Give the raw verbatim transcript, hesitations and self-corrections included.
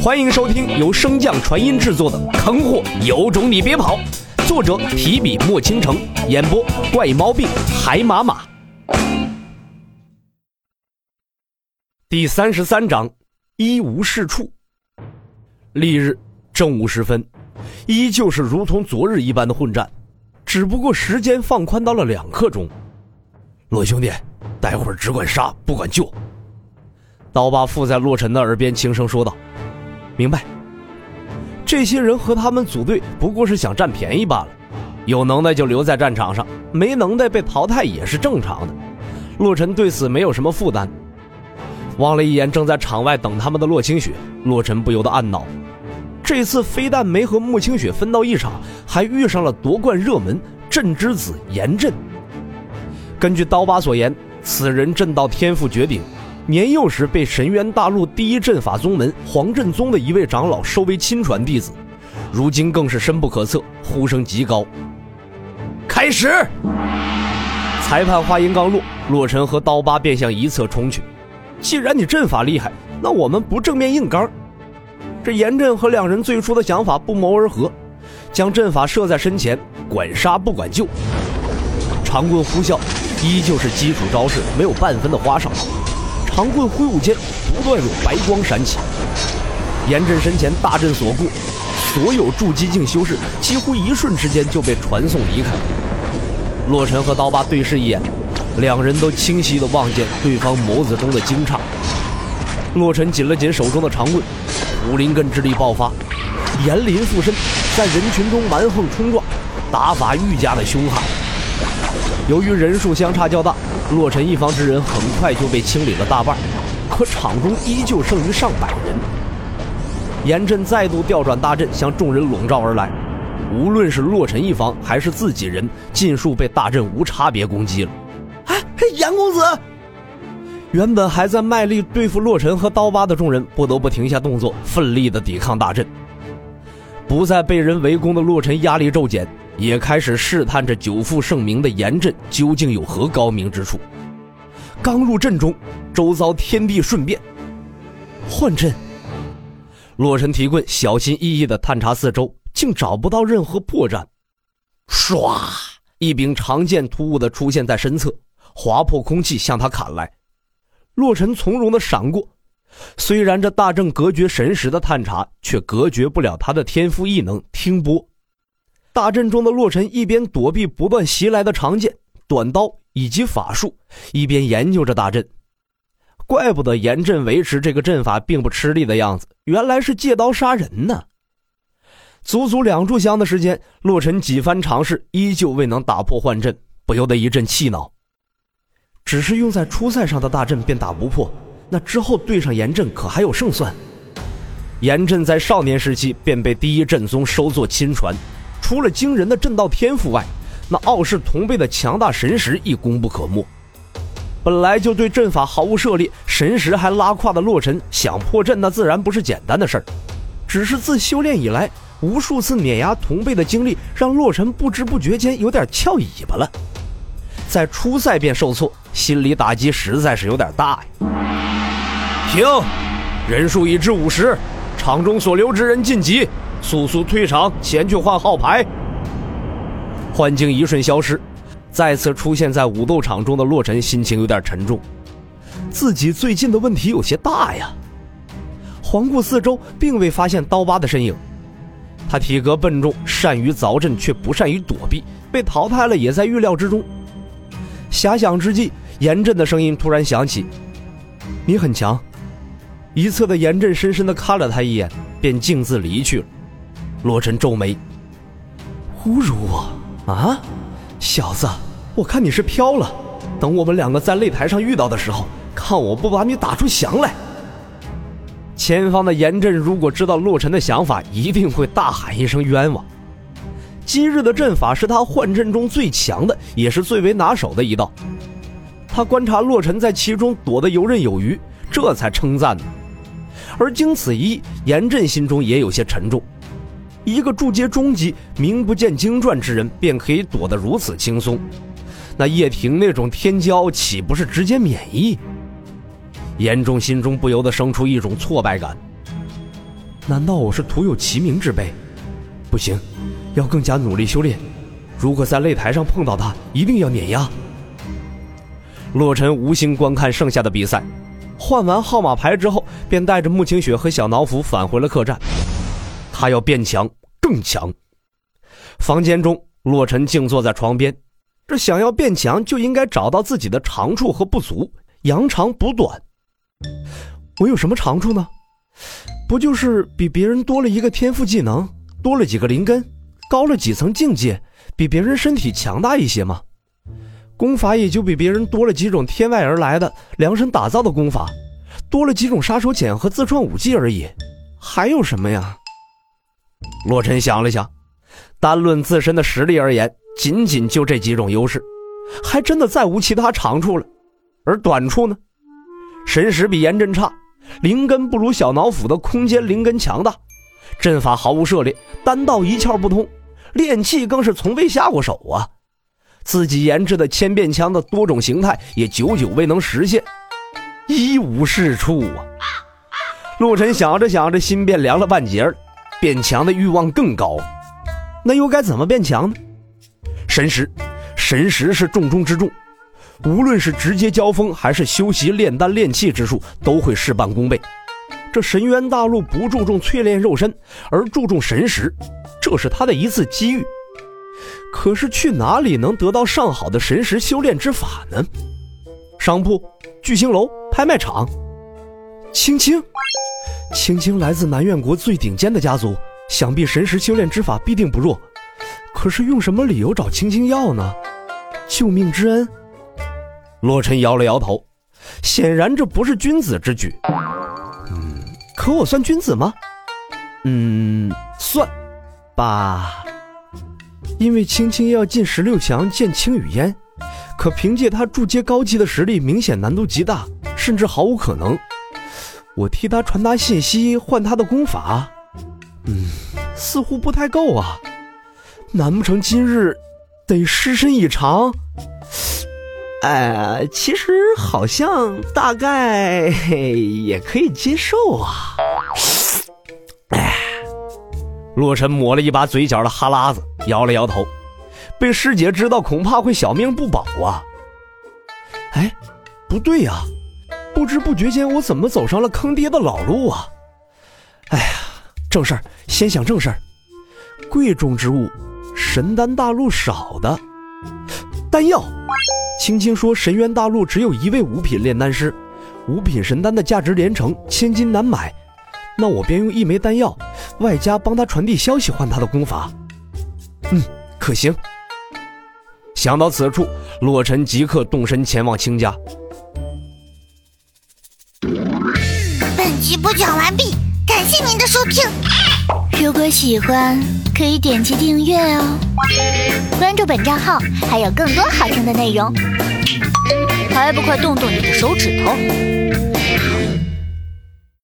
欢迎收听由升降传音制作的《坑货有种你别跑》，作者提笔墨倾城，演播怪毛病海马马。第三十三章，一无是处。翌日正午时分，依旧是如同昨日一般的混战，只不过时间放宽到了两刻钟。骆兄弟，待会儿只管杀不管救。刀疤附在洛尘的耳边轻声说道。明白。这些人和他们组队不过是想占便宜罢了，有能耐就留在战场上，没能耐被淘汰也是正常的。洛尘对此没有什么负担。望了一眼正在场外等他们的洛清雪，洛尘不由得暗恼，这次非但没和穆清雪分到一场，还遇上了夺冠热门镇之子严震。根据刀疤所言，此人阵道天赋绝顶，年幼时被神渊大陆第一阵法宗门黄振宗的一位长老收为亲传弟子，如今更是深不可测，呼声极高。开始！裁判话音刚落，洛尘和刀疤便向一侧冲去。既然你阵法厉害，那我们不正面硬刚。这严震和两人最初的想法不谋而合，将阵法设在身前，管杀不管救。长棍呼啸，依旧是基础招式，没有半分的花哨。长棍挥舞间不断有白光闪起，严震身前大阵所过，所有筑基境修士几乎一瞬之间就被传送离开。洛尘和刀疤对视一眼，两人都清晰地望见对方眸子中的惊诧。洛尘紧了紧手中的长棍，武林根之力爆发，炎林附身，在人群中蛮横冲撞，打法愈加的凶悍。由于人数相差较大，洛尘一方之人很快就被清理了大半，可场中依旧剩余上百人。严震再度调转大阵向众人笼罩而来，无论是洛尘一方还是自己人，尽数被大阵无差别攻击了。哎，严公子！原本还在卖力对付洛尘和刀疤的众人不得不停下动作，奋力地抵抗大阵。不再被人围攻的洛尘压力骤减，也开始试探着久负盛名的严震究竟有何高明之处。刚入阵中，周遭天地瞬变，换阵。洛尘提棍小心翼翼地探查四周，竟找不到任何破绽。唰，一柄长剑突兀地出现在身侧，划破空气向他砍来。洛尘从容地闪过，虽然这大阵隔绝神识的探查，却隔绝不了他的天赋异能听波。大阵中的洛尘一边躲避不断袭来的长剑、短刀以及法术，一边研究着大阵。怪不得严震维持这个阵法并不吃力的样子，原来是借刀杀人呢。足足两炷香的时间，洛尘几番尝试，依旧未能打破幻阵，不由得一阵气恼。只是用在初赛上的大阵便打不破，那之后对上严震可还有胜算？严震在少年时期便被第一阵宗收作亲传，除了惊人的阵道天赋外，那傲视同辈的强大神识亦功不可没。本来就对阵法毫无涉猎，神识还拉胯的洛尘想破阵，那自然不是简单的事儿。只是自修炼以来，无数次碾压同辈的经历让洛尘不知不觉间有点翘尾巴了。在初赛便受挫，心理打击实在是有点大呀。停！人数已至五十，场中所留之人晋级，速速退场，前去换号牌。幻境一瞬消失，再次出现在武斗场中的洛尘心情有点沉重，自己最近的问题有些大呀。环顾四周，并未发现刀疤的身影。他体格笨重，善于凿阵却不善于躲避，被淘汰了也在预料之中。遐想之际，严震的声音突然响起：你很强。一侧的严震深深地看了他一眼，便径自离去了。洛尘皱眉：侮辱我啊，小子，我看你是飘了，等我们两个在擂台上遇到的时候，看我不把你打出翔来。前方的严震如果知道洛尘的想法，一定会大喊一声冤枉。今日的阵法是他幻阵中最强的，也是最为拿手的一道。他观察洛尘在其中躲得游刃有余，这才称赞的。而经此一役，严震心中也有些沉重。一个筑阶中级名不见经传之人便可以躲得如此轻松，那叶婷那种天骄岂不是直接免疫？严重心中不由得生出一种挫败感。 难道我是徒有其名之辈？不行，要更加努力修炼。如果在擂台上碰到他，一定要碾压。洛尘无心观看剩下的比赛，换完号码牌之后，便带着穆清雪和小脑斧返回了客栈。他要变强，更强。房间中，洛尘静坐在床边，这想要变强，就应该找到自己的长处和不足，扬长补短。我有什么长处呢？不就是比别人多了一个天赋技能，多了几个灵根，高了几层境界，比别人身体强大一些吗？功法也就比别人多了几种天外而来的量身打造的功法，多了几种杀手锏和自创武技而已，还有什么呀？洛尘想了想，单论自身的实力而言，仅仅就这几种优势，还真的再无其他长处了。而短处呢？神识比严阵差，灵根不如小脑斧的空间灵根强大，阵法毫无涉猎，单道一窍不通，炼器更是从未下过手啊。自己研制的千变枪的多种形态也久久未能实现，一无是处啊。洛尘想着想着，心便凉了半截了，变强的欲望更高。那又该怎么变强呢？神识，神识是重中之重，无论是直接交锋还是修习炼丹炼气之术，都会事半功倍。这神渊大陆不注重淬炼肉身，而注重神识，这是他的一次机遇。可是去哪里能得到上好的神识修炼之法呢？商铺、聚星楼、拍卖场。青青青青来自南苑国最顶尖的家族，想必神识修炼之法必定不弱。可是用什么理由找青青要呢？救命之恩？洛尘摇了摇头，显然这不是君子之举。嗯，可我算君子吗？嗯，算吧。因为青青要进十六强见青雨嫣，可凭借他筑阶高级的实力，明显难度极大，甚至毫无可能。我替他传达信息，换他的功法，嗯，似乎不太够啊。难不成今日得失身以偿？哎，其实好像大概也可以接受啊。哎，洛尘抹了一把嘴角的哈喇子，摇了摇头。被师姐知道，恐怕会小命不保啊。哎，不对呀、啊，不知不觉间我怎么走上了坑爹的老路啊？哎呀，正事儿，先想正事儿。贵重之物，神丹大陆少的丹药。青青说神渊大陆只有一位五品炼丹师，五品神丹的价值连城，千金难买。那我便用一枚丹药，外加帮他传递消息换他的功法。嗯，可行。想到此处，洛尘即刻动身前往青家。 本集播讲完毕，感谢您的收听。如果喜欢，可以点击订阅哦，关注本账号还有更多好听的内容。还不快动动你的手指头！